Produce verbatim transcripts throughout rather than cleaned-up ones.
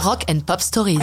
Rock and Pop Stories.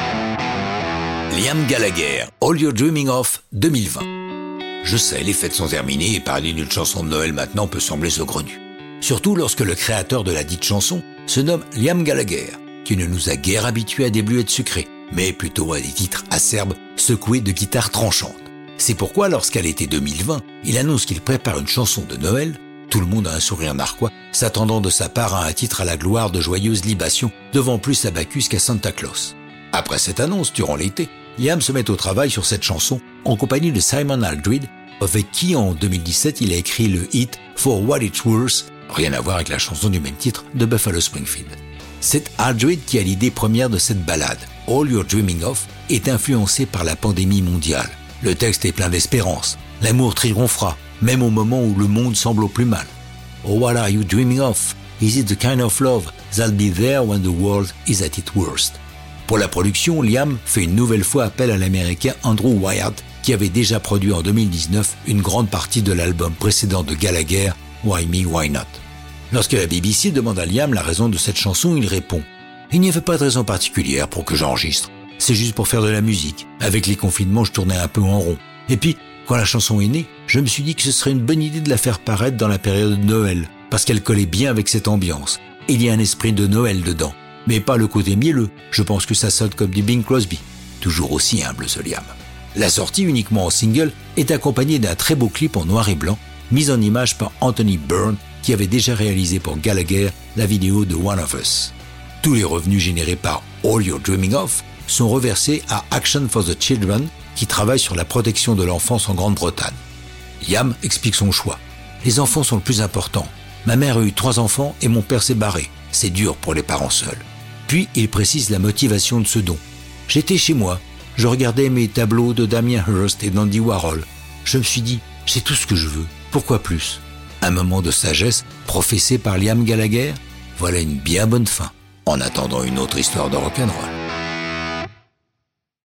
Liam Gallagher, All You're Dreaming Of deux mille vingt. Je sais, les fêtes sont terminées et parler d'une chanson de Noël maintenant peut sembler saugrenu. Surtout lorsque le créateur de la dite chanson se nomme Liam Gallagher, qui ne nous a guère habitués à des bluettes sucrées, mais plutôt à des titres acerbes secoués de guitares tranchantes. C'est pourquoi lorsqu'à l'été deux mille vingt, il annonce qu'il prépare une chanson de Noël, tout le monde a un sourire narquois, s'attendant de sa part à un titre à la gloire de joyeuses libations, devant plus à Bacchus qu'à Santa Claus. Après cette annonce, durant l'été, Liam se met au travail sur cette chanson en compagnie de Simon Aldred, avec qui en deux mille dix-sept il a écrit le hit For What It's Worth, rien à voir avec la chanson du même titre de Buffalo Springfield. C'est Aldred qui a l'idée première de cette ballade, All You're Dreaming Of, est influencé par la pandémie mondiale. Le texte est plein d'espérance, l'amour triomphera, même au moment où le monde semble au plus mal. Oh, what are you dreaming of? Is it the kind of love that'll be there when the world is at its worst? Pour la production, Liam fait une nouvelle fois appel à l'américain Andrew Wyatt, qui avait déjà produit en deux mille dix-neuf une grande partie de l'album précédent de Gallagher, Why Me, Why Not. Lorsque la B B C demande à Liam la raison de cette chanson, il répond « Il n'y avait pas de raison particulière pour que j'enregistre. C'est juste pour faire de la musique. Avec les confinements, je tournais un peu en rond. Et puis, quand la chanson est née, je me suis dit que ce serait une bonne idée de la faire paraître dans la période de Noël, parce qu'elle collait bien avec cette ambiance. Il y a un esprit de Noël dedans. Mais pas le côté mielleux, je pense que ça sonne comme du Bing Crosby. Toujours aussi humble ce Liam. La sortie uniquement en single est accompagnée d'un très beau clip en noir et blanc, mis en image par Anthony Byrne, qui avait déjà réalisé pour Gallagher la vidéo de One of Us. Tous les revenus générés par All You're Dreaming Of sont reversés à Action for the Children, qui travaille sur la protection de l'enfance en Grande-Bretagne. Liam explique son choix. Les enfants sont le plus important. Ma mère a eu trois enfants et mon père s'est barré. C'est dur pour les parents seuls. Puis, il précise la motivation de ce don. J'étais chez moi, je regardais mes tableaux de Damien Hirst et d'Andy Warhol. Je me suis dit, c'est tout ce que je veux, pourquoi plus? Un moment de sagesse professé par Liam Gallagher, voilà une bien bonne fin, en attendant une autre histoire de rock'n'roll.